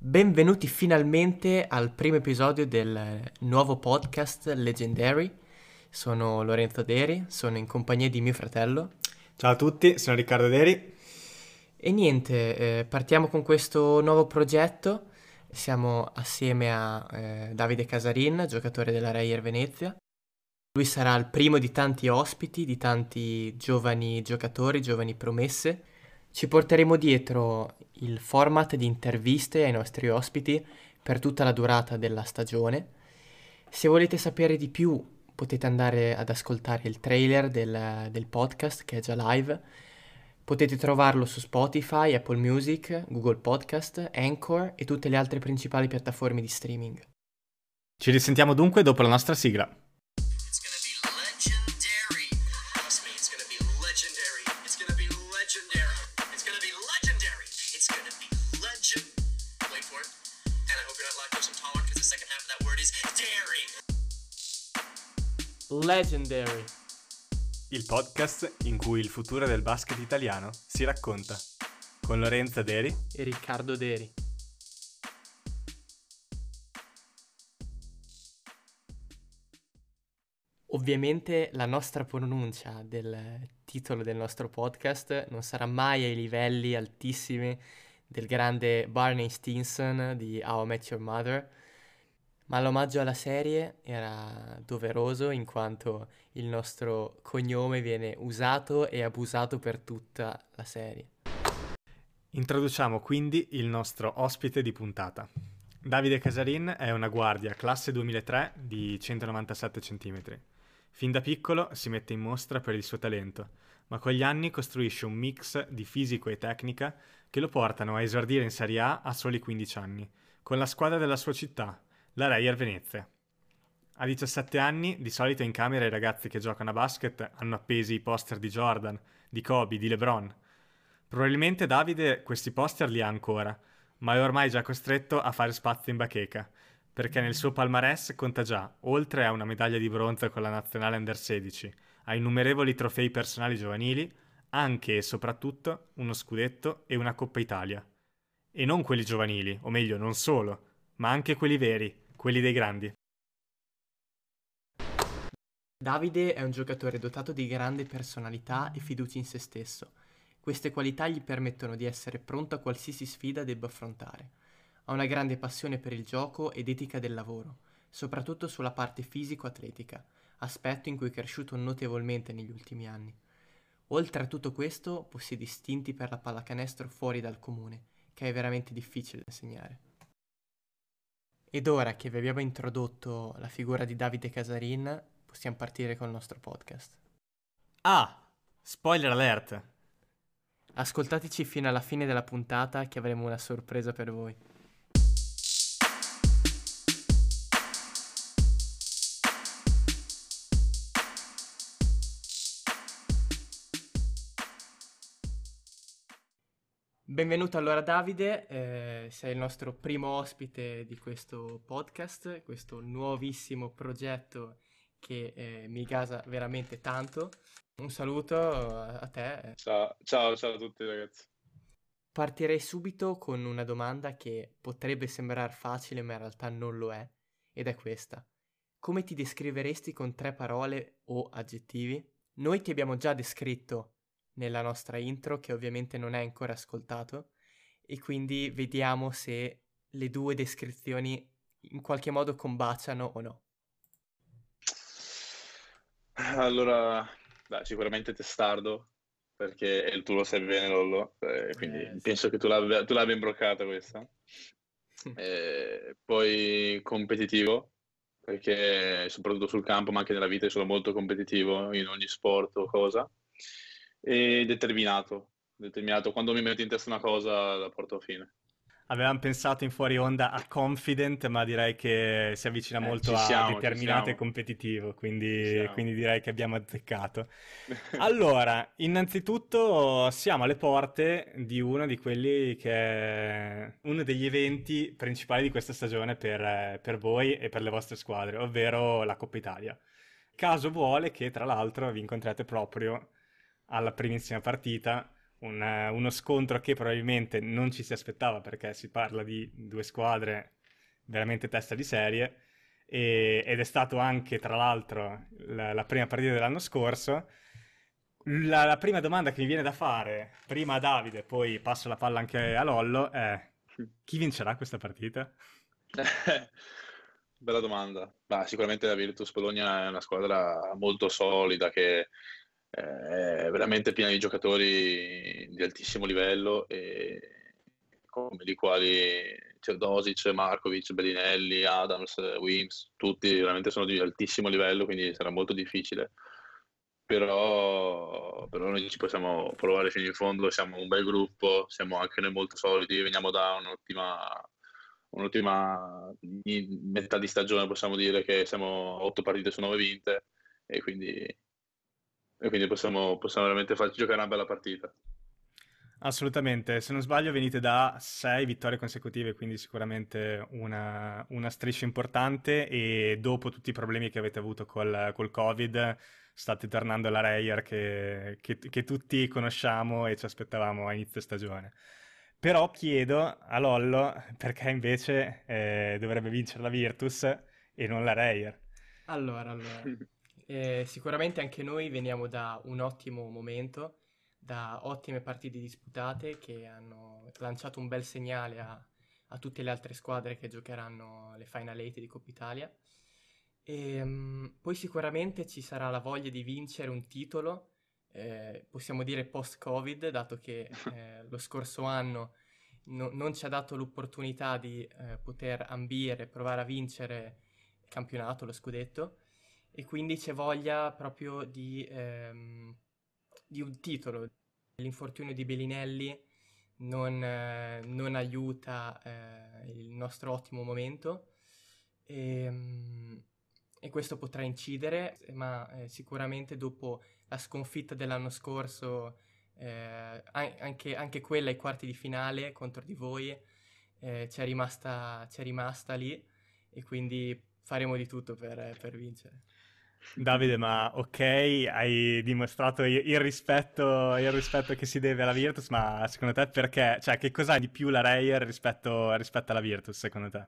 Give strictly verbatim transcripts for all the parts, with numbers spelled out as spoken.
Benvenuti finalmente al primo episodio del nuovo podcast Legendary. Sono Lorenzo Deri, sono in compagnia di mio fratello. Ciao a tutti, sono Riccardo Deri. E niente, eh, partiamo con questo nuovo progetto. Siamo assieme a eh, Davide Casarin, giocatore della Reyer Venezia. Lui sarà il primo di tanti ospiti, di tanti giovani giocatori, giovani promesse. Ci porteremo dietro il format di interviste ai nostri ospiti per tutta la durata della stagione. Se volete sapere di più, potete andare ad ascoltare il trailer del, del podcast che è già live. Potete trovarlo su Spotify, Apple Music, Google Podcast, Anchor e tutte le altre principali piattaforme di streaming. Ci risentiamo dunque dopo la nostra sigla. It's gonna be legendary. Trust me, it's gonna be legendary. It's gonna be legendary. It's gonna be legendary. It's gonna be legend. Wait for it. And I hope you're not lactose intolerant because the second half of that word is dairy. Legendary. Il podcast in cui il futuro del basket italiano si racconta. Con Lorenzo Deri E Riccardo Deri. Ovviamente la nostra pronuncia del titolo del nostro podcast non sarà mai ai livelli altissimi del grande Barney Stinson di How I Met Your Mother, ma l'omaggio alla serie era doveroso in quanto il nostro cognome viene usato e abusato per tutta la serie. Introduciamo quindi il nostro ospite di puntata. Davide Casarin è una guardia classe duemilatré di centonovantasette centimetri. Fin da piccolo si mette in mostra per il suo talento, ma con gli anni costruisce un mix di fisico e tecnica che lo portano a esordire in Serie A a soli quindici anni, con la squadra della sua città, la Reyer Venezia. A diciassette anni, di solito in camera i ragazzi che giocano a basket hanno appesi i poster di Jordan, di Kobe, di LeBron. Probabilmente Davide questi poster li ha ancora, ma è ormai già costretto a fare spazio in bacheca, perché nel suo palmarès conta già, oltre a una medaglia di bronzo con la nazionale under sedici, a innumerevoli trofei personali giovanili, anche e soprattutto uno scudetto e una Coppa Italia. E non quelli giovanili, o meglio, non solo, ma anche quelli veri, quelli dei grandi. Davide è un giocatore dotato di grande personalità e fiducia in se stesso. Queste qualità gli permettono di essere pronto a qualsiasi sfida debba affrontare. Ha una grande passione per il gioco ed etica del lavoro, soprattutto sulla parte fisico-atletica, aspetto in cui è cresciuto notevolmente negli ultimi anni. Oltre a tutto questo, possiede istinti per la pallacanestro fuori dal comune, che è veramente difficile da insegnare. Ed ora che vi abbiamo introdotto la figura di Davide Casarin, possiamo partire col nostro podcast. Ah! Spoiler alert! Ascoltateci fino alla fine della puntata che avremo una sorpresa per voi. Benvenuto allora Davide, eh, sei il nostro primo ospite di questo podcast, questo nuovissimo progetto che eh, mi gasa veramente tanto. Un saluto a a te. Ciao, ciao, ciao a tutti ragazzi. Partirei subito con una domanda che potrebbe sembrare facile ma in realtà non lo è, ed è questa. Come ti descriveresti con tre parole o aggettivi? Noi ti abbiamo già descritto nella nostra intro, che ovviamente non hai ancora ascoltato, e quindi vediamo se le due descrizioni in qualche modo combaciano o no. Allora, dai, sicuramente testardo, perché tu lo sai bene, Lollo, eh, quindi Eh, sì. penso che tu l'abbia, tu l'abbia imbroccata questa. Eh, poi competitivo, perché soprattutto sul campo, ma anche nella vita, sono molto competitivo in ogni sport o cosa. E determinato, determinato. Quando mi metto in testa una cosa, la porto a fine. Avevamo pensato in fuori onda a confident, ma direi che si avvicina Eh, molto ci a siamo, ci determinato e siamo, competitivo, ci quindi, siamo. quindi direi che abbiamo azzeccato. Allora, innanzitutto siamo alle porte di uno di quelli che è uno degli eventi principali di questa stagione per, per voi e per le vostre squadre, ovvero la Coppa Italia. Caso vuole che tra l'altro vi incontrate proprio alla primissima partita, un, uno scontro che probabilmente non ci si aspettava, perché si parla di due squadre veramente testa di serie, e, ed è stato anche, tra l'altro, la, la prima partita dell'anno scorso. La, la prima domanda che mi viene da fare, prima a Davide, poi passo la palla anche a Lollo, è: chi vincerà questa partita? Bella domanda. Ma sicuramente la Virtus Bologna è una squadra molto solida che eh, è veramente piena di giocatori di altissimo livello e come di quali Teodosic, Markovic, Bellinelli, Adams, Wims, tutti veramente sono di altissimo livello, quindi sarà molto difficile. Però, però noi ci possiamo provare fino in fondo, siamo un bel gruppo, siamo anche noi molto solidi, veniamo da un'ottima un'ultima metà di stagione, possiamo dire che siamo otto partite su nove vinte e quindi, e quindi possiamo, possiamo veramente farci giocare una bella partita. Assolutamente, se non sbaglio venite da sei vittorie consecutive, quindi sicuramente una, una striscia importante, e dopo tutti i problemi che avete avuto col, col Covid state tornando alla Reyer che, che, che tutti conosciamo e ci aspettavamo a inizio stagione. Però chiedo a Lollo perché invece eh, dovrebbe vincere la Virtus e non la Reyer. Allora, allora, eh, sicuramente anche noi veniamo da un ottimo momento, da ottime partite disputate che hanno lanciato un bel segnale a, a tutte le altre squadre che giocheranno le Final Eight di Coppa Italia. E, mm, poi sicuramente ci sarà la voglia di vincere un titolo, eh, possiamo dire post-Covid, dato che eh, lo scorso anno no- non ci ha dato l'opportunità di eh, poter ambire, provare a vincere il campionato, lo scudetto, e quindi c'è voglia proprio di, ehm, di un titolo. L'infortunio di Bellinelli non, eh, non aiuta eh, il nostro ottimo momento e, mm, e questo potrà incidere, ma eh, sicuramente dopo la sconfitta dell'anno scorso, eh, an- anche, anche quella ai quarti di finale contro di voi, eh, c'è rimasta, c'è rimasta lì, e quindi faremo di tutto per, per vincere. Davide, ma ok, hai dimostrato il il rispetto, il rispetto che si deve alla Virtus, ma secondo te perché? Cioè, che cos'ha di più la Reyer rispetto, rispetto alla Virtus, secondo te?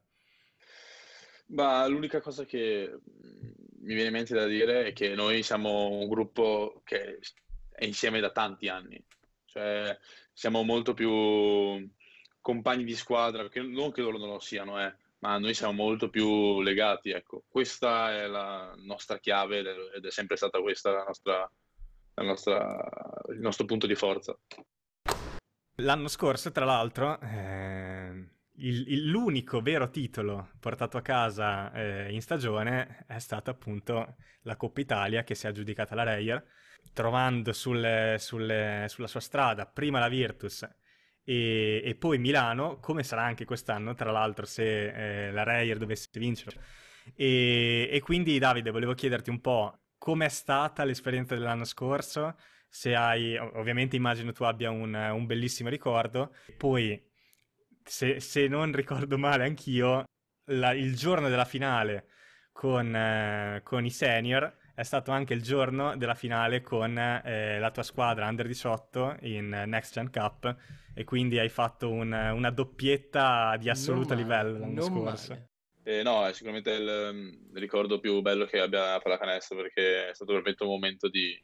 Ma l'unica cosa che mh, mi viene in mente da dire è che noi siamo un gruppo che è insieme da tanti anni, cioè siamo molto più compagni di squadra, che non che loro non lo siano, eh, ma noi siamo molto più legati, ecco. Questa è la nostra chiave ed è, ed è sempre stata questa la nostra, la nostra- il nostro punto di forza. L'anno scorso, tra l'altro, eh, il- il- l'unico vero titolo portato a casa eh, in stagione è stata appunto la Coppa Italia, che si è aggiudicata la Reyer, trovando sulle- sulle- sulla sua strada prima la Virtus e, e poi Milano, come sarà anche quest'anno, tra l'altro, se eh, la Reyer dovesse vincere. E, e quindi, Davide, volevo chiederti un po' com'è stata l'esperienza dell'anno scorso, se hai, ov- ovviamente immagino tu abbia un, un bellissimo ricordo. Poi, se, se non ricordo male anch'io, la- il giorno della finale con, eh, con i senior è stato anche il giorno della finale con eh, la tua squadra under diciotto in Next Gen Cup, e quindi hai fatto un- una doppietta di Non assoluto male, livello l'anno non scorso. male. Eh, no, è sicuramente il, ehm, il ricordo più bello che abbia la pallacanestro perché è stato veramente un momento di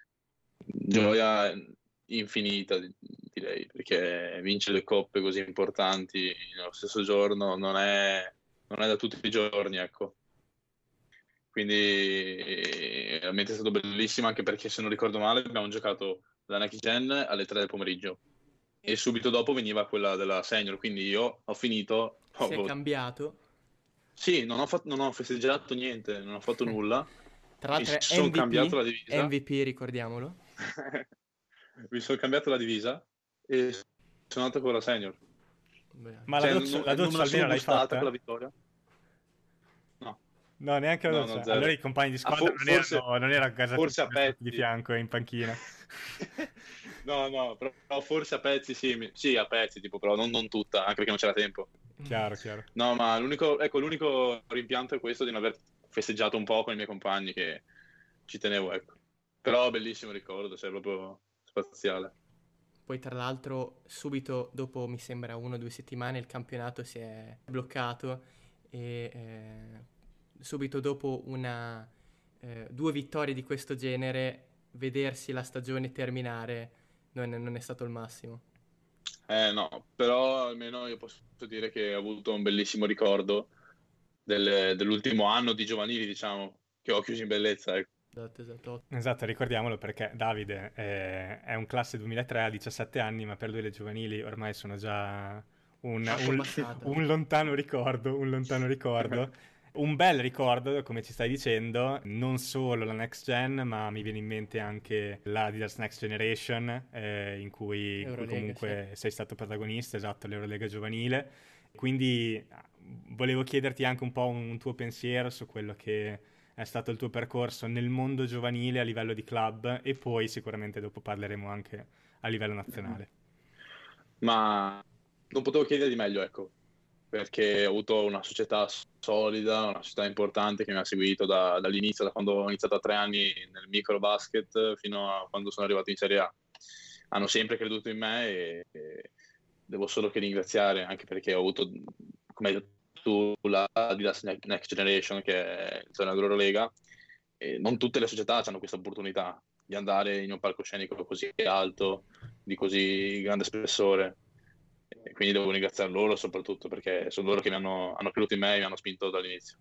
gioia infinita, di- direi, perché vincere le coppe così importanti nello stesso giorno non è, non è da tutti i giorni, ecco. Quindi eh, veramente è stato bellissimo, anche perché se non ricordo male abbiamo giocato la Next Gen alle tre del pomeriggio e subito dopo veniva quella della Senior, quindi io ho finito Si è proprio. cambiato. Sì, non ho, fatto- non ho festeggiato niente, non ho fatto nulla. Tra Mi l'altro è sono cambiato M V P, la divisa. M V P ricordiamolo. Mi sono cambiato la divisa e sono andato con la senior. Beh, Ma la Cioè, non, doccia, la non me doccia la almeno sono l'hai gustata fatta? quella vittoria. No, No, neanche la no, no, doccia. Allora zero. i compagni di Ah, squadra fo- non forse, erano, non erano a casa forse tutti a vestiti di pezzi. fianco in panchina. No, no, però forse a pezzi sì, mi- sì, a pezzi, tipo, però non, non tutta, anche perché non c'era tempo. Chiaro, chiaro. No, ma l'unico, ecco, l'unico rimpianto è questo di non aver festeggiato un po' con i miei compagni, che ci tenevo, ecco. Però bellissimo ricordo, cioè proprio spaziale. Poi tra l'altro subito dopo, mi sembra, una o due settimane il campionato si è bloccato e eh, subito dopo una, eh, due vittorie di questo genere, vedersi la stagione terminare non è, non è stato il massimo. Eh no, però almeno io posso dire che ho avuto un bellissimo ricordo del- dell'ultimo anno di giovanili, diciamo, che ho chiuso in bellezza, ecco. Esatto, esatto. Esatto, ricordiamolo perché Davide eh, è un classe duemilatré, ha diciassette anni, ma per lui le giovanili ormai sono già un, Fatto un- passata. un lontano ricordo, un lontano ricordo. Un bel ricordo, come ci stai dicendo, non solo la Next Gen, ma mi viene in mente anche l'Adidas Next Generation, eh, in cui, in cui Eurolega, comunque sei stato protagonista, esatto, l'Eurolega giovanile. Quindi ah, volevo chiederti anche un po' un tuo pensiero su quello che è stato il tuo percorso nel mondo giovanile a livello di club e poi sicuramente dopo parleremo anche a livello nazionale. Ma non potevo chiedere di meglio, ecco, perché ho avuto una società solida, una società importante che mi ha seguito da- dall'inizio, da quando ho iniziato a tre anni nel micro basket fino a quando sono arrivato in Serie A. Hanno sempre creduto in me e, e devo solo che ringraziare, anche perché ho avuto, come hai detto tu, la Adidas Ne- Next Generation, che è il torneo dell'Eurolega, e non tutte le società hanno questa opportunità di andare in un palcoscenico così alto, di così grande spessore. E quindi devo ringraziare loro soprattutto perché sono loro che mi hanno, hanno creduto in me e mi hanno spinto dall'inizio.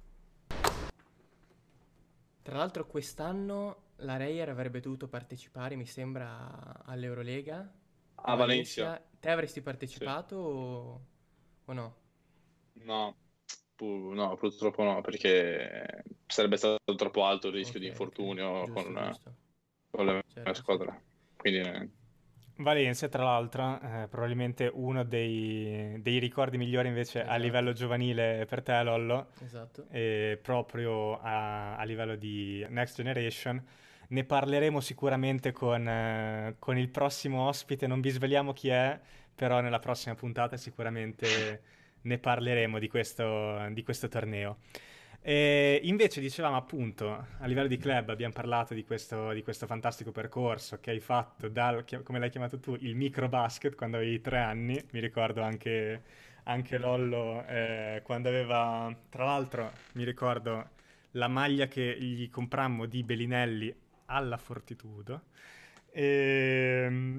Tra l'altro quest'anno la Reyer avrebbe dovuto partecipare, mi sembra, all'Eurolega a A Valencia, Valencia. Te avresti sì. partecipato o, o no? No, pu- no, purtroppo no, perché sarebbe stato troppo alto il rischio Ok, di ok. infortunio Giusto, con, giusto. con la mia Certo, certo. squadra. Quindi eh, Valencia, tra l'altro, è probabilmente uno dei, dei ricordi migliori invece a livello Esatto, giovanile per te, Lollo, esatto. e proprio a, a livello di Next Generation. Ne parleremo sicuramente con, eh, con il prossimo ospite, non vi sveliamo chi è, però nella prossima puntata sicuramente ne parleremo di questo, di questo torneo. E invece dicevamo appunto, a livello di club abbiamo parlato di questo, di questo fantastico percorso che hai fatto dal, chi- come l'hai chiamato tu, il micro basket quando avevi tre anni, mi ricordo anche, anche Lollo eh, quando aveva, tra l'altro mi ricordo la maglia che gli comprammo di Bellinelli alla Fortitudo. E,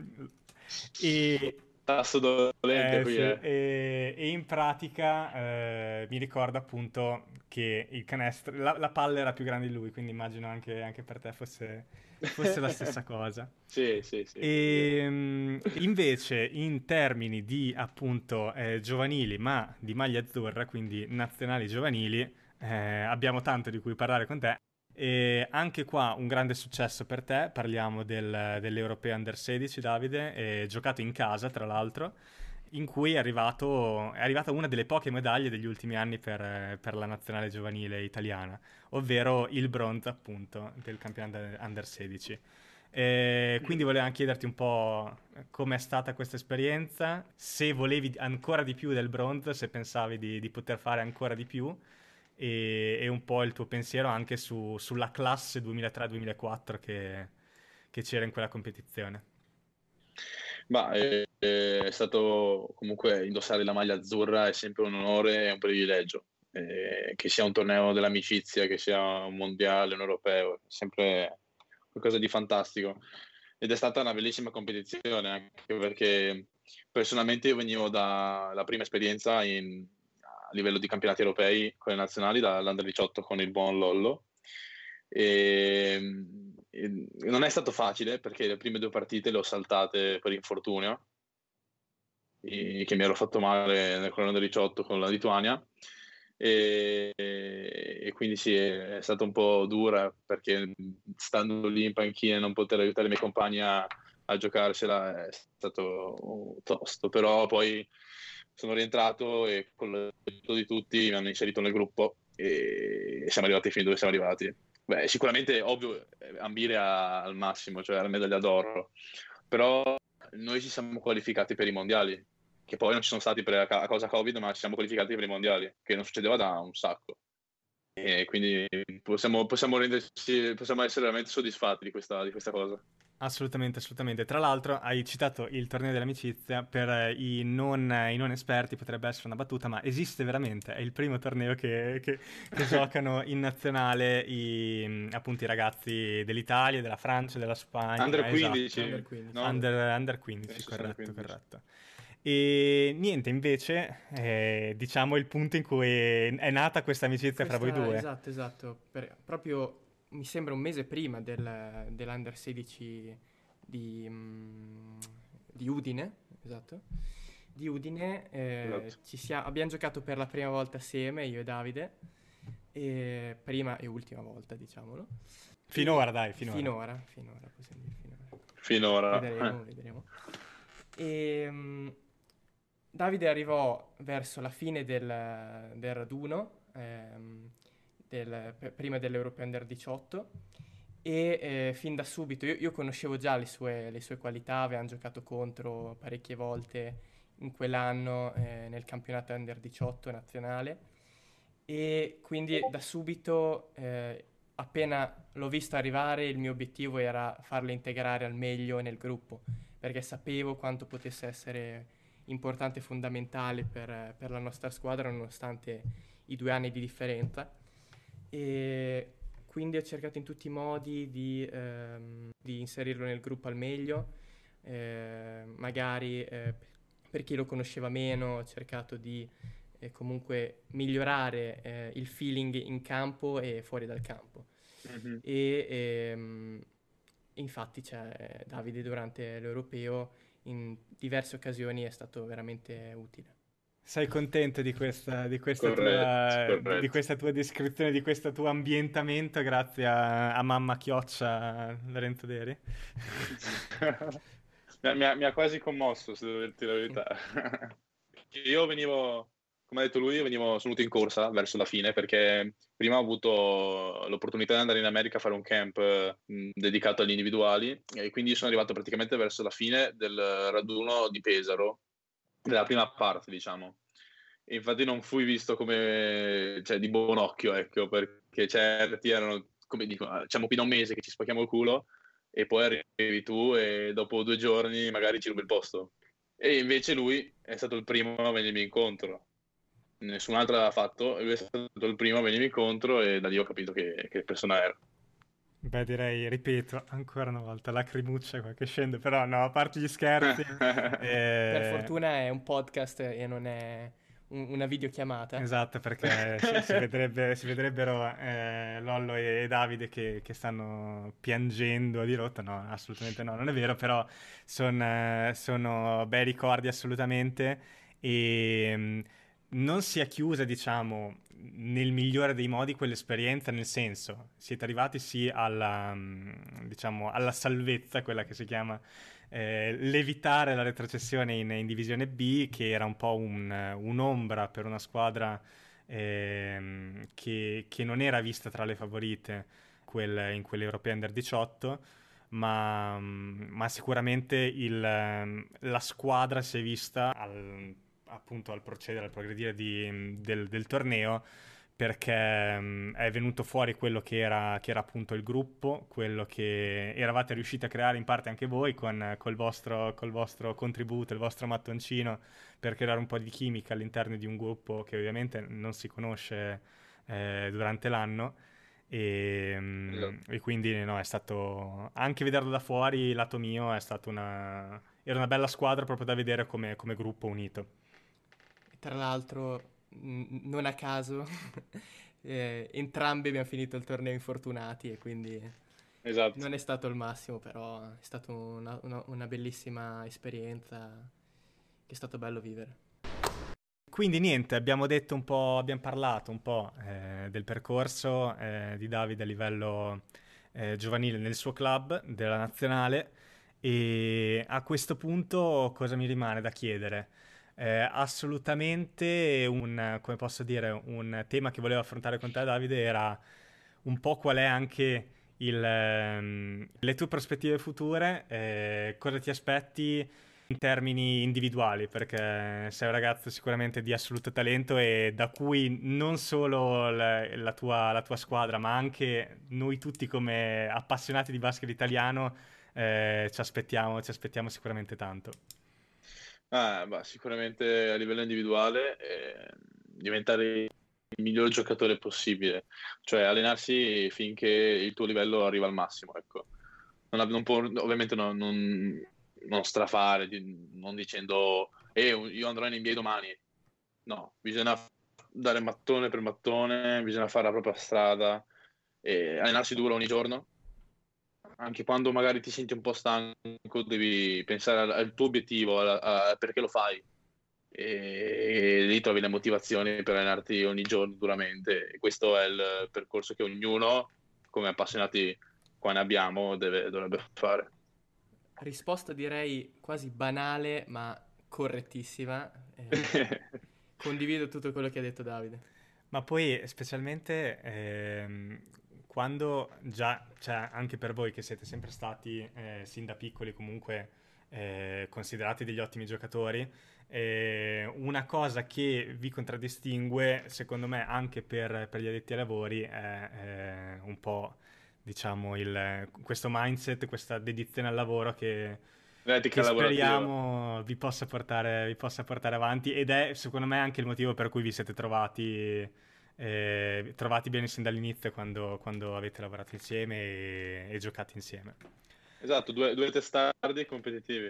e tasto dolente eh, qui sì, è. e, e in pratica eh, mi ricordo appunto che il canestro, la, la palla era più grande di lui, quindi immagino anche, anche per te fosse, fosse la stessa cosa. Sì, sì, sì, è vero. E mh, invece in termini di appunto eh, giovanili, ma di maglia azzurra, quindi nazionali giovanili, eh, abbiamo tanto di cui parlare con te. E anche qua un grande successo per te, parliamo del, dell'Europeo Under sedici, Davide, eh, giocato in casa tra l'altro, in cui è arrivato, è arrivata una delle poche medaglie degli ultimi anni per, eh, per la nazionale giovanile italiana, ovvero il bronzo appunto del campionato Under sedici. E quindi volevo chiederti un po' com'è stata questa esperienza, se volevi ancora di più del bronzo, se pensavi di, di poter fare ancora di più e, e un po' il tuo pensiero anche su- sulla classe duemilatré-duemilaquattro che, che c'era in quella competizione. Ma eh, eh, è stato comunque indossare la maglia azzurra è sempre un onore e un privilegio. Eh, che sia un torneo dell'amicizia, che sia un mondiale, un europeo, è sempre qualcosa di fantastico. Ed è stata una bellissima competizione, anche perché personalmente io venivo dalla prima esperienza in- a livello di campionati europei con le nazionali, dall'Under diciotto con il buon Lollo. E, e non è stato facile perché le prime due partite le ho saltate per infortunio, e- che mi ero fatto male nel Under diciotto con la Lituania. E, e quindi sì, è stata un po' dura perché stando lì in panchina e non poter aiutare i miei compagni a, a giocarsela è stato tosto, però poi sono rientrato e con l'aiuto di tutti mi hanno inserito nel gruppo e siamo arrivati fino dove siamo arrivati. Beh, sicuramente è ovvio eh, ambire a- al massimo, cioè alla medaglia d'oro, però noi ci siamo qualificati per i mondiali, che poi non ci sono stati per, a causa Covid, ma ci siamo qualificati per i mondiali, che non succedeva da un sacco. E quindi possiamo, possiamo renderci, possiamo essere veramente soddisfatti di questa, di questa cosa. Assolutamente, assolutamente. Tra l'altro hai citato il torneo dell'amicizia, per eh, i non, i non esperti potrebbe essere una battuta, ma esiste veramente, è il primo torneo che, che- che giocano in nazionale i, appunto i ragazzi dell'Italia, della Francia, della Under Spagna, esatto. Under quindici, quindici. no? Under, under quindici, Penso sia under corretto, quindici. corretto. E niente, invece, eh, diciamo il punto in cui è nata questa amicizia fra voi Questa, due. esatto, esatto. Per- proprio mi sembra un mese prima del, dell'Under sedici di, mm, di Udine, esatto. Di Udine eh, Esatto. ci sia- abbiamo giocato per la prima volta assieme, io e Davide, e prima e ultima volta, diciamolo. Finora, dai, finora. Finora, finora, possiamo dire finora. Finora. Vedremo, Eh. vedremo. E, mm, Davide arrivò verso la fine del, del raduno, ehm, del- p- prima dell'European Under diciotto, e eh, fin da subito io, io conoscevo già le sue, le sue qualità, avevamo giocato contro parecchie volte in quell'anno eh, nel campionato Under diciotto nazionale, e quindi da subito, eh, appena l'ho visto arrivare, il mio obiettivo era farlo integrare al meglio nel gruppo, perché sapevo quanto potesse essere importante e fondamentale per, per la nostra squadra, nonostante i due anni di differenza. E quindi ho cercato in tutti i modi di, ehm, di inserirlo nel gruppo al meglio, eh, magari eh, per chi lo conosceva meno, ho cercato di eh, comunque migliorare eh, il feeling in campo e fuori dal campo. Mhm. E ehm, infatti c'è Davide durante l'Europeo in diverse occasioni è stato veramente utile. Sei contento di questa, di questa Corretto, tua, di, di corretto. questa tua descrizione, di questo tuo ambientamento grazie a, a mamma Chioccia Lorenzo Deri? Mi ha, mi ha- mi ha quasi commosso, se devo dirti la verità. Io venivo, come ha detto lui, io venivo, sono venuto in corsa verso la fine perché prima ho avuto l'opportunità di andare in America a fare un camp eh, mh, dedicato agli individuali e quindi sono arrivato praticamente verso la fine del raduno di Pesaro, della prima parte, diciamo. E infatti non fui visto come, cioè, di buon occhio, ecco, perché certi erano, come dico, diciamo qui da un mese che ci spacchiamo il culo e poi arrivi tu e dopo due giorni magari ci rubi il posto. E invece lui è stato il primo a venirmi incontro. Nessun altro l'ha fatto, e lui è stato il primo a venirmi incontro e da lì ho capito che, che persona era. Beh, direi, ripeto, ancora una volta, lacrimuccia qua che scende, però no, a parte gli scherzi, Per eh, fortuna è un podcast e non è un- una videochiamata. esatto, perché si, si vedrebbe, si vedrebbero eh, Lollo e, e Davide che, che stanno piangendo a dirotto. No, assolutamente no, non è vero, però son, eh, sono bei ricordi assolutamente e mh, non si è chiusa, diciamo, nel migliore dei modi quell'esperienza, nel senso, siete arrivati sì alla, mh, diciamo, alla salvezza, quella che si chiama eh, l'evitare la retrocessione in, in Divisione B, che era un po' un- un'ombra per una squadra ehm, che, che non era vista tra le favorite quel- in quell'Europea Under diciotto, ma, ma sicuramente il, ehm, la squadra si è vista al, appunto al procedere, al progredire di- del, del torneo perché mh, è venuto fuori quello che era, che era appunto il gruppo, quello che eravate riusciti a creare in parte anche voi con col vostro, col vostro contributo, il vostro mattoncino per creare un po' di chimica all'interno di un gruppo che ovviamente non si conosce eh, durante l'anno. E, mh, e quindi no, è stato anche vederlo da fuori, lato mio, è stata una, era una bella squadra proprio da vedere come, come gruppo unito. E tra l'altro, n- non a caso, eh, entrambi abbiamo finito il torneo infortunati e quindi Esatto. non è stato il massimo, però è stata una, una- una bellissima esperienza che è stato bello vivere. Quindi niente, abbiamo detto un po', abbiamo parlato un po' eh, del percorso eh, di Davide a livello eh, giovanile nel suo club della nazionale e a questo punto cosa mi rimane da chiedere? Eh, assolutamente un, come posso dire, un tema che volevo affrontare con te, Davide, era un po' qual è anche il, ehm, le tue prospettive future, eh, cosa ti aspetti in termini individuali, perché sei un ragazzo sicuramente di assoluto talento e da cui non solo la, la tua, la tua squadra, ma anche noi tutti come appassionati di basket italiano eh, ci aspettiamo, ci aspettiamo sicuramente tanto. Ah, bah, sicuramente a livello individuale eh, diventare il miglior giocatore possibile, cioè allenarsi finché il tuo livello arriva al massimo, ecco. Non, non può- ovviamente non, non- non strafare, di- non dicendo eh, io andrò in N B A domani. No, bisogna f- dare mattone per mattone, bisogna fare la propria strada e allenarsi duro ogni giorno. Anche quando magari ti senti un po' stanco, devi pensare al, al tuo obiettivo, a, a- perché lo fai. E, e lì trovi le motivazioni per allenarti ogni giorno duramente. E questo è il percorso che ognuno, come appassionati qua ne abbiamo, deve- dovrebbe fare. Risposta direi quasi banale, ma correttissima. Eh, condivido tutto quello che ha detto Davide. Ma poi specialmente ehm, quando già, cioè anche per voi che siete sempre stati eh, sin da piccoli comunque eh, considerati degli ottimi giocatori, eh, una cosa che vi contraddistingue, secondo me, anche per, per gli addetti ai lavori è eh, un po', diciamo, il, questo mindset, questa dedizione al lavoro che, L'etica che lavorativa. speriamo vi possa portare, vi possa portare avanti ed è secondo me anche il motivo per cui vi siete trovati, eh, trovati bene sin dall'inizio quando, quando avete lavorato insieme e, e giocato insieme. Esatto, due, due testardi competitivi.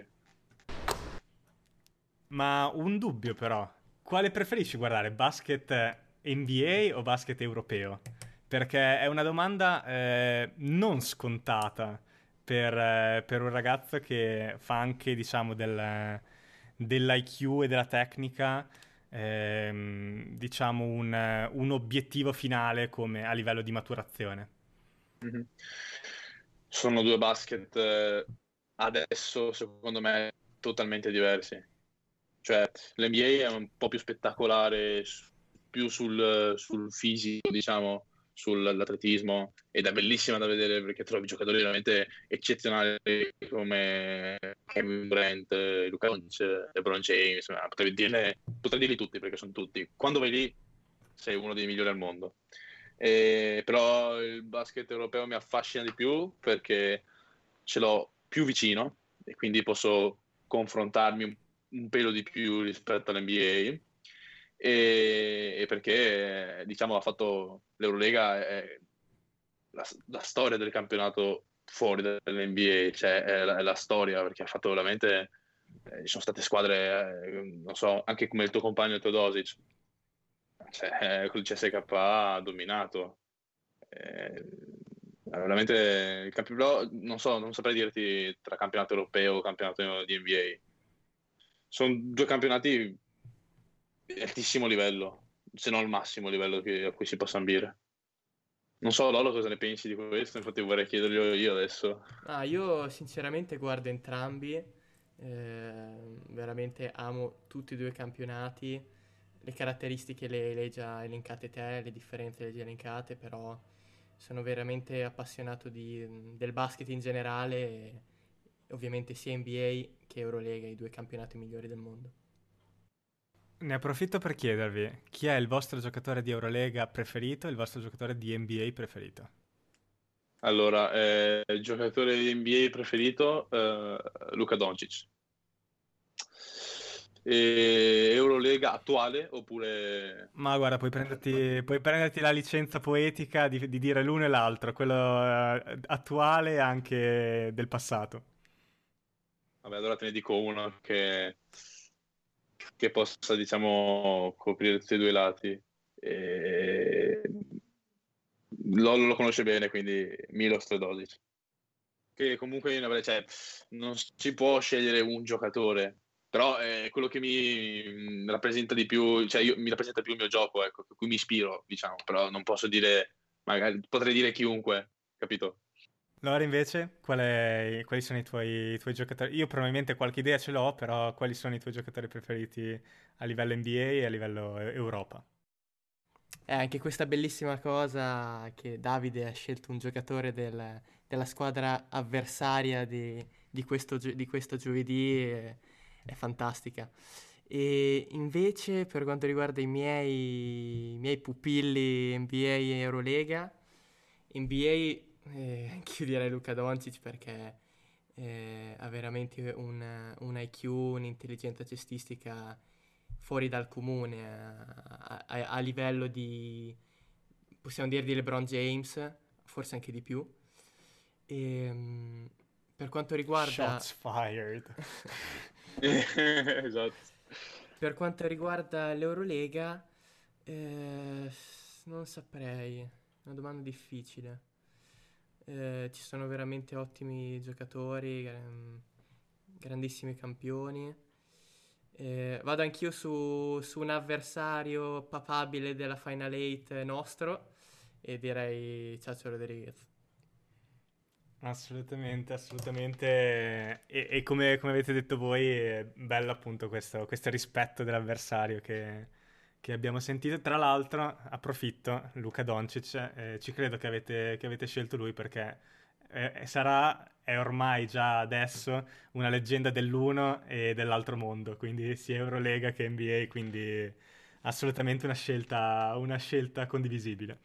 Ma un dubbio però, quale preferisci guardare, basket N B A o basket europeo? Perché è una domanda eh, non scontata per, eh, per un ragazzo che fa anche, diciamo, del, dell'I Q e della tecnica, ehm, diciamo, un, un obiettivo finale come a livello di maturazione. Mhm. Sono due basket eh, adesso, secondo me, totalmente diversi. Cioè, l'N B A è un po' più spettacolare, s- più sul, sul fisico, diciamo, sull'atletismo, ed è bellissima da vedere perché trovi giocatori veramente eccezionali come Kevin Durant, eh, Luka Doncic, LeBron James, ma potrei dirne, potrei dirli tutti perché sono tutti. Quando vai lì sei uno dei migliori al mondo. E- però il basket europeo mi affascina di più perché ce l'ho più vicino e quindi posso confrontarmi un, un pelo di più rispetto all'N B A e, e perché diciamo ha fatto l'Eurolega è la, la storia del campionato fuori dall'N B A, cioè è la, è la storia perché ha fatto veramente eh, ci sono state squadre eh, non so, anche come il tuo compagno Teodosic, cioè, eh, col C S K A ha dominato. Eh, veramente il campionato, non so, non saprei dirti tra campionato europeo o campionato di N B A. Sono due campionati di altissimo livello, se non il massimo livello che- a cui si possa ambire. Non so, Lolo, cosa ne pensi di questo? Infatti vorrei chiederglielo io adesso. Ah, io sinceramente guardo entrambi, eh, veramente amo tutti e due i campionati, le caratteristiche le, le hai già elencate te, le differenze le hai già elencate, però sono veramente appassionato di- del basket in generale e ovviamente sia N B A che Eurolega, i due campionati migliori del mondo. Ne approfitto per chiedervi chi è il vostro giocatore di Eurolega preferito e il vostro giocatore di N B A preferito. Allora, eh, il giocatore di N B A preferito, eh, Luka Doncic. E Eurolega attuale oppure... Ma guarda, puoi prenderti, puoi prenderti la licenza poetica di, di dire l'uno e l'altro, quello eh, attuale e anche del passato. Vabbè, allora te ne dico uno che, che possa, diciamo, coprire tutti e due i lati. E... Lolo lo conosce bene, quindi Milos Teodosic. Che comunque io ne avrei- cioè, non si può scegliere un giocatore, però è quello che mi mi rappresenta di più, cioè io- mi rappresenta più il mio gioco, ecco, a cui mi ispiro, diciamo, però non posso dire, magari potrei dire chiunque, capito? Loro invece, qual è- quali sono i tuoi, i tuoi giocatori? Io probabilmente qualche idea ce l'ho, però quali sono i tuoi giocatori preferiti a livello N B A e a livello eh, Europa? È anche questa bellissima cosa che Davide ha scelto un giocatore del- della squadra avversaria di, di questo, gio- di questo giovedì, è, è fantastica. E invece per quanto riguarda i miei, i miei pupilli N B A e Eurolega, N B A eh, anch'io direi Luka Doncic perché eh, ha veramente un, un I Q, un'intelligenza cestistica fuori dal comune, a, a- a livello di, possiamo dire, di LeBron James, forse anche di più. E, mm, per quanto riguarda, Shots fired. Esatto. per quanto riguarda l'Eurolega, eh, non saprei, è una domanda difficile. Eh, ci sono veramente ottimi giocatori, gra- grandissimi campioni. Eh, vado anch'io su, su un avversario papabile della Final eight nostro e direi Chacho Rodriguez. Assolutamente, assolutamente. E, e come, come avete detto voi, è bello appunto questo, questo rispetto dell'avversario che, che abbiamo sentito. Tra l'altro, approfitto, Luka Doncic, eh, ci credo che avete, che avete scelto lui perché eh, sarà, è ormai già adesso una leggenda dell'uno e dell'altro mondo, quindi sia Eurolega che N B A, quindi assolutamente una scelta, una scelta condivisibile.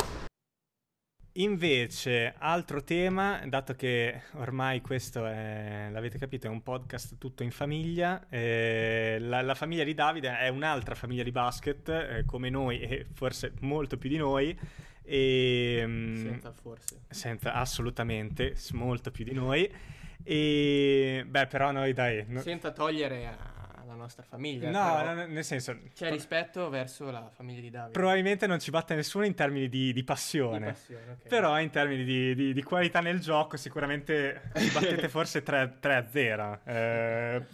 Invece, altro tema, dato che ormai questo è, l'avete capito, è un podcast tutto in famiglia, eh, la, la famiglia di Davide è un'altra famiglia di basket, eh, come noi e forse molto più di noi, e, mm, Senza forse. senza assolutamente, s- molto più di noi, e beh, però noi dai, no- Senza togliere a- alla nostra famiglia, no, però no, nel senso, c'è rispetto verso la famiglia di Davide. probabilmente non ci batte nessuno in termini di, di Di passione. passione, ok. Però in termini di, di- di qualità nel gioco sicuramente ci battete forse tre a zero. Eh,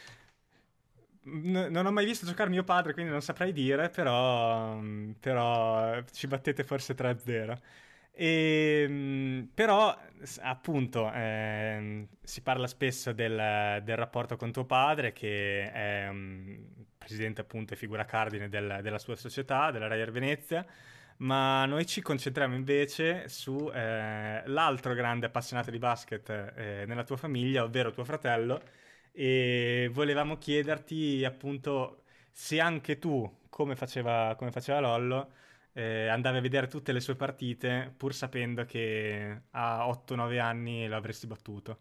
n- non ho mai visto giocare mio padre, quindi non saprei dire, però, però ci battete forse tre a zero. E, mh, però, s- appunto, ehm, si parla spesso del, del rapporto con tuo padre, che è um, presidente, appunto, e figura cardine del- della sua società, della Rai Air Venezia, ma noi ci concentriamo invece su eh, l'altro grande appassionato di basket eh, nella tua famiglia, ovvero tuo fratello, e volevamo chiederti, appunto, se anche tu, come faceva, come faceva Lollo, eh, andavi a vedere tutte le sue partite pur sapendo che a otto nove anni lo avresti battuto.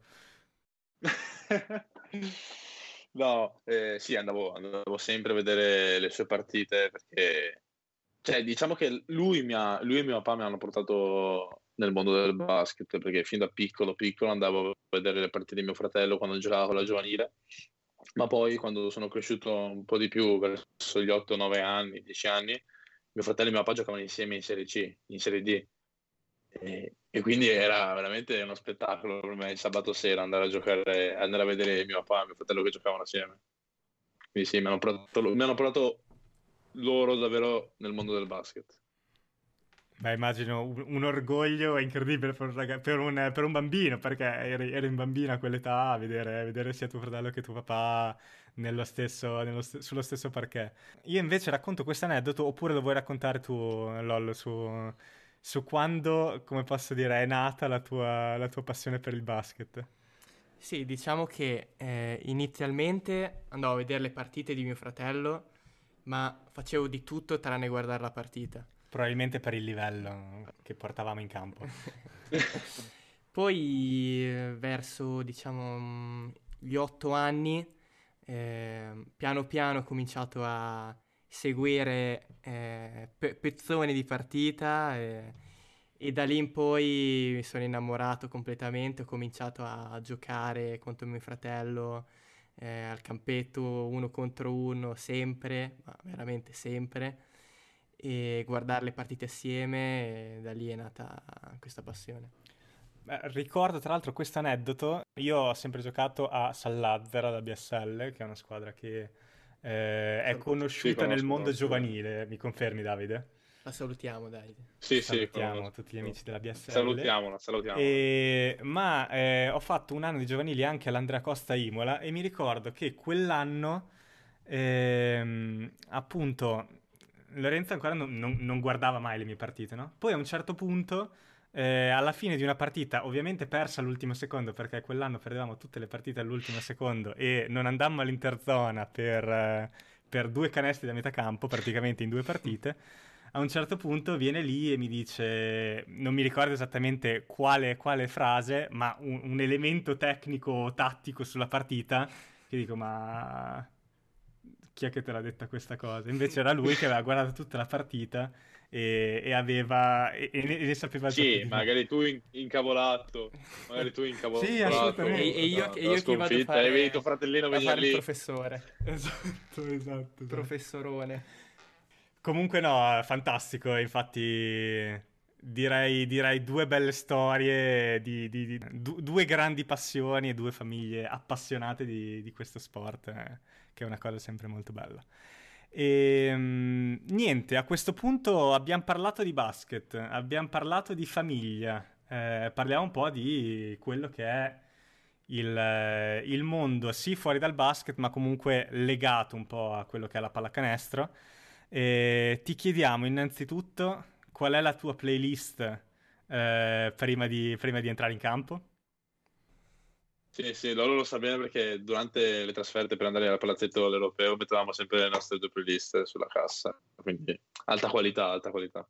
No, eh, sì, andavo, andavo sempre a vedere le sue partite perché, cioè, diciamo che lui, mi ha, lui e mio papà mi hanno portato nel mondo del basket perché fin da piccolo, piccolo andavo a vedere le partite di mio fratello quando giocava con la giovanile, ma poi quando sono cresciuto un po' di più, verso gli otto nove anni, dieci anni, mio fratello e mio papà giocavano insieme in Serie C, in Serie D. E, e quindi era veramente uno spettacolo per me il sabato sera andare a giocare, andare a vedere mio papà e mio fratello che giocavano assieme. Quindi sì, mi hanno portato, mi hanno portato loro davvero nel mondo del basket. Beh, immagino un, un orgoglio incredibile per un, raga- per un- per un bambino, perché eri, eri un bambino a quell'età, vedere, vedere sia tuo fratello che tuo papà nello stesso, nello st- sullo stesso parquet. Io invece racconto questo aneddoto, oppure lo vuoi raccontare tu, Lollo, su, su quando, come posso dire, è nata la tua, la tua passione per il basket? Sì, diciamo che eh, inizialmente andavo a vedere le partite di mio fratello, ma facevo di tutto tranne guardare la partita. Probabilmente per il livello che portavamo in campo. Poi eh, verso, diciamo, mm, gli otto anni, eh, piano piano ho cominciato a seguire eh, pe- pezzoni di partita eh, e da lì in poi mi sono innamorato completamente, ho cominciato a giocare contro mio fratello eh, al campetto uno contro uno sempre, ma veramente sempre, e guardare le partite assieme e da lì è nata questa passione. Beh, ricordo tra l'altro questo aneddoto, io ho sempre giocato a Sallazzara da B S L, che è una squadra che eh, è Sì, conosciuta nel conosco, mondo conosco. giovanile, mi confermi Davide? La salutiamo, Davide. Sì, sì, Salutiamo conosco. tutti gli amici della B S L. Salutiamola, salutiamola. E- Ma eh, ho fatto un anno di giovanili anche all'Andrea Costa Imola e mi ricordo che quell'anno, ehm, appunto, Lorenzo ancora non, non- non guardava mai le mie partite, no? Poi a un certo punto, eh, alla fine di una partita, ovviamente persa all'ultimo secondo, perché quell'anno perdevamo tutte le partite all'ultimo secondo e non andammo all'interzona per, eh, per due canestri da metà campo, praticamente in due partite. a un certo punto viene lì e mi dice, non mi ricordo esattamente quale, quale frase, ma un, un elemento tecnico tattico sulla partita, che dico, ma chi è che te l'ha detta questa cosa? Invece era lui che aveva guardato tutta la partita e, e aveva e, e ne, e ne sapeva già più Sì, di me. magari tu in- incavolato, magari tu incavolato. Sì, assolutamente. E, e io, da- e dalla io che vado a sconfitta, fare, e vedi tuo fratellino a venire fare il lì. professore, Esatto, esatto, esatto. professorone. Comunque no, fantastico, infatti direi, direi due belle storie, di, di- di- du- due grandi passioni e due famiglie appassionate di, di questo sport, eh, che è una cosa sempre molto bella. E mm, niente, a questo punto abbiamo parlato di basket, abbiamo parlato di famiglia, eh, parliamo un po' di quello che è il, eh, il mondo, sì, fuori dal basket, ma comunque legato un po' a quello che è la pallacanestro. E ti chiediamo innanzitutto qual è la tua playlist eh, prima di, prima di entrare in campo? Sì, sì, loro lo sa bene perché durante le trasferte per andare al palazzetto all'Europeo mettevamo sempre le nostre due playlist sulla cassa, quindi alta qualità, alta qualità.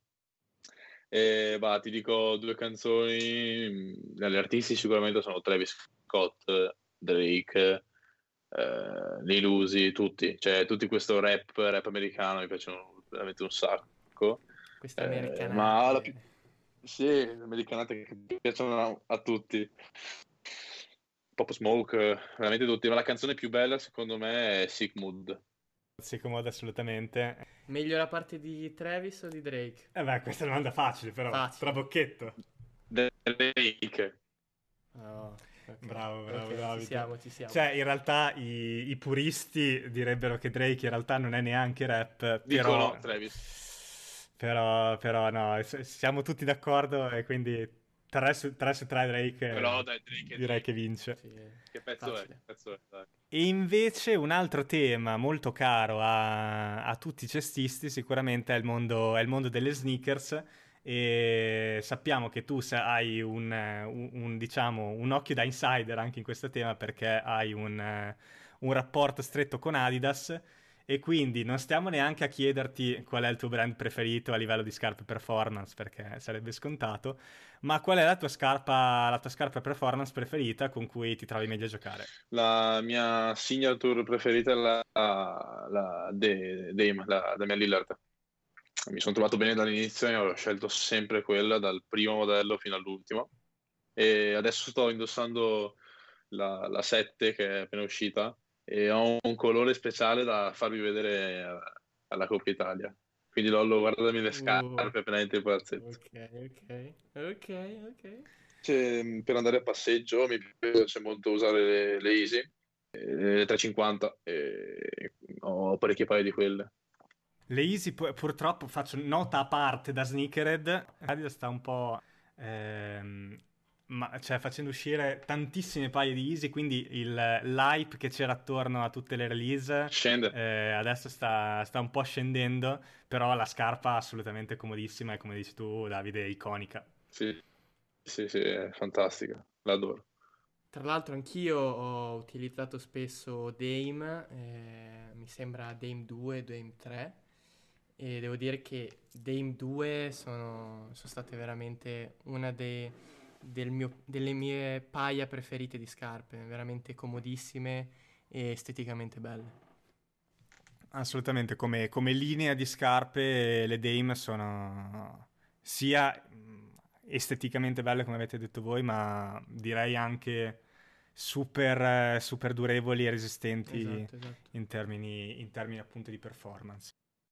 E bah, ti dico due canzoni, gli artisti sicuramente sono Travis Scott, Drake, eh, Lil Uzi, tutti, cioè tutti questo rap, rap americano mi piacciono veramente un sacco. Queste Eh, ma la più... americanate. sì, le americanate che piacciono a, a tutti. Pop Smoke, eh, veramente tutti, ma la canzone più bella secondo me è Sick Mood. Si comoda assolutamente. Meglio la parte di Travis o di Drake? Eh beh, questa è una domanda facile però, Facile. trabocchetto. Drake. Oh, ok. Bravo, bravo, Ok, Davide. ci siamo, ci siamo. Cioè, in realtà i, i puristi direbbero che Drake in realtà non è neanche rap, Dicono però... Travis. Però, però no, s- siamo tutti d'accordo e quindi tre su tre Drake Però eh, dai, Drake è direi Drake. che vince. Sì, Che pezzo è? facile. Che pezzo è? Dai. E invece un altro tema molto caro a, a tutti i cestisti sicuramente è il mondo, è il mondo delle sneakers e sappiamo che tu sa- hai un, eh, un- un, diciamo, un occhio da insider anche in questo tema perché hai un, eh, un rapporto stretto con Adidas e quindi non stiamo neanche a chiederti qual è il tuo brand preferito a livello di scarpe performance perché sarebbe scontato, ma qual è la tua scarpa, la tua scarpa performance preferita con cui ti trovi meglio a giocare? La mia signature preferita è la, la De- Dame, la Damian Lillard. Mi sono trovato bene dall'inizio e ho scelto sempre quella, dal primo modello fino all'ultimo. E adesso sto indossando la, la sette che è appena uscita e ho un colore speciale da farvi vedere a- alla Coppa Italia. Quindi Lollo, guardami le Uh, scarpe appena entri il palazzetto. ok, ok, ok, ok. Cioè, per andare a passeggio mi piace molto usare le, le Easy, eh, le trecentocinquanta, e ho parecchie paio di quelle. Le Easy pu- purtroppo faccio nota a parte da Sneakerhead, Adidas sta un po' ehm, ma- cioè, facendo uscire tantissime paia di Easy, quindi il, l'hype che c'era attorno a tutte le release Scende. eh, adesso sta, sta un po' scendendo, però la scarpa assolutamente comodissima e come dici tu Davide, iconica. Sì, sì, sì, è fantastica, l'adoro. Tra l'altro anch'io ho utilizzato spesso Dame, eh, mi sembra Dame due, Dame tre, e devo dire che Dame due sono, sono state veramente una dei- del mio- delle mie paia preferite di scarpe, veramente comodissime e esteticamente belle. Assolutamente, come, come linea di scarpe le Dame sono sia mh, esteticamente belle come avete detto voi, ma direi anche super, eh, super durevoli e resistenti Esatto, esatto. in termini, in termini appunto di performance.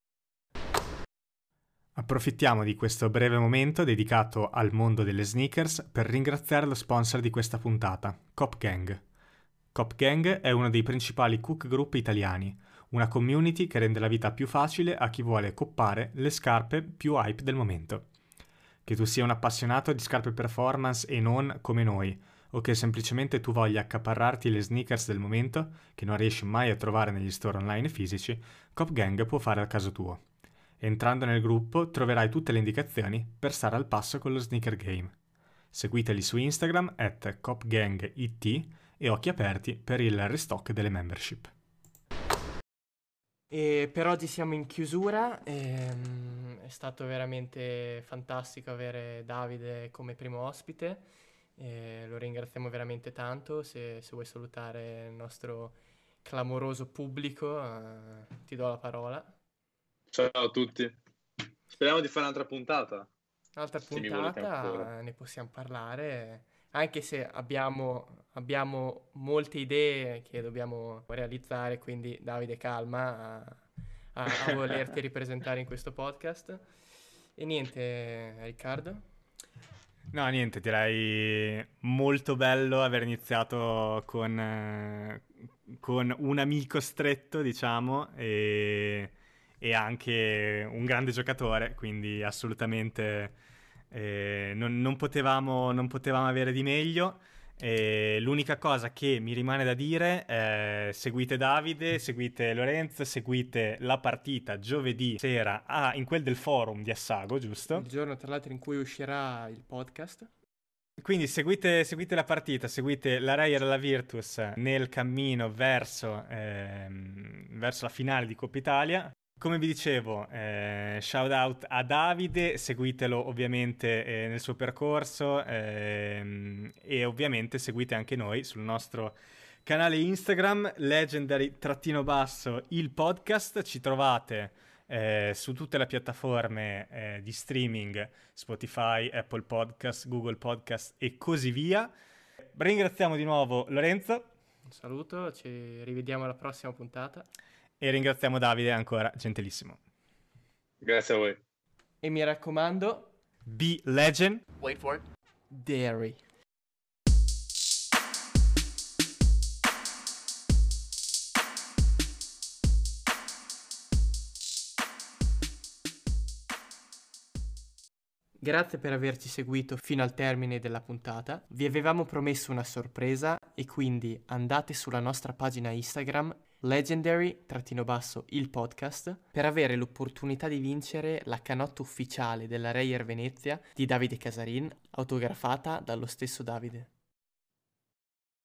Approfittiamo di questo breve momento dedicato al mondo delle sneakers per ringraziare lo sponsor di questa puntata, Cop Gang. Cop Gang è uno dei principali cook group italiani, una community che rende la vita più facile a chi vuole coppare le scarpe più hype del momento. Che tu sia un appassionato di scarpe performance e non come noi, o che semplicemente tu voglia accaparrarti le sneakers del momento che non riesci mai a trovare negli store online fisici, Cop Gang può fare al caso tuo. Entrando nel gruppo troverai tutte le indicazioni per stare al passo con lo sneaker game. Seguiteli su Instagram at copgangit e occhi aperti per il restock delle membership. E per oggi siamo in chiusura, ehm, è stato veramente fantastico avere Davide come primo ospite, e lo ringraziamo veramente tanto. Se, se vuoi salutare il nostro clamoroso pubblico, eh, ti do la parola. Ciao a tutti. Speriamo di fare un'altra puntata. Un'altra Se mi volete ancora. puntata ne possiamo parlare, anche se abbiamo, abbiamo molte idee che dobbiamo realizzare, quindi Davide calma a, a- a volerti ripresentare in questo podcast. E niente, Riccardo? No, niente, direi molto bello aver iniziato con, eh, con un amico stretto, diciamo, e, e anche un grande giocatore, quindi assolutamente eh, non, non potevamo, non potevamo avere di meglio. E l'unica cosa che mi rimane da dire è seguite Davide, seguite Lorenzo, seguite la partita giovedì sera ah, in quel del forum di Assago, giusto? Il giorno tra l'altro in cui uscirà il podcast. Quindi seguite, seguite la partita, seguite la Reyer e la Virtus nel cammino verso, ehm, verso la finale di Coppa Italia. Come vi dicevo, eh, shout out a Davide, seguitelo ovviamente eh, nel suo percorso ehm, e ovviamente seguite anche noi sul nostro canale Instagram, legendary-basso il podcast. Ci trovate eh, su tutte le piattaforme eh, di streaming, Spotify, Apple Podcast, Google Podcast e così via. Ringraziamo di nuovo Lorenzo. Un saluto, ci rivediamo alla prossima puntata. E ringraziamo Davide ancora, gentilissimo. Grazie a voi. E mi raccomando, Be legend. Wait for it. Dairy. Grazie per averci seguito fino al termine della puntata. Vi avevamo promesso una sorpresa e quindi andate sulla nostra pagina Instagram legendary-il podcast per avere l'opportunità di vincere la canotta ufficiale della Reyer Venezia di Davide Casarin, autografata dallo stesso Davide.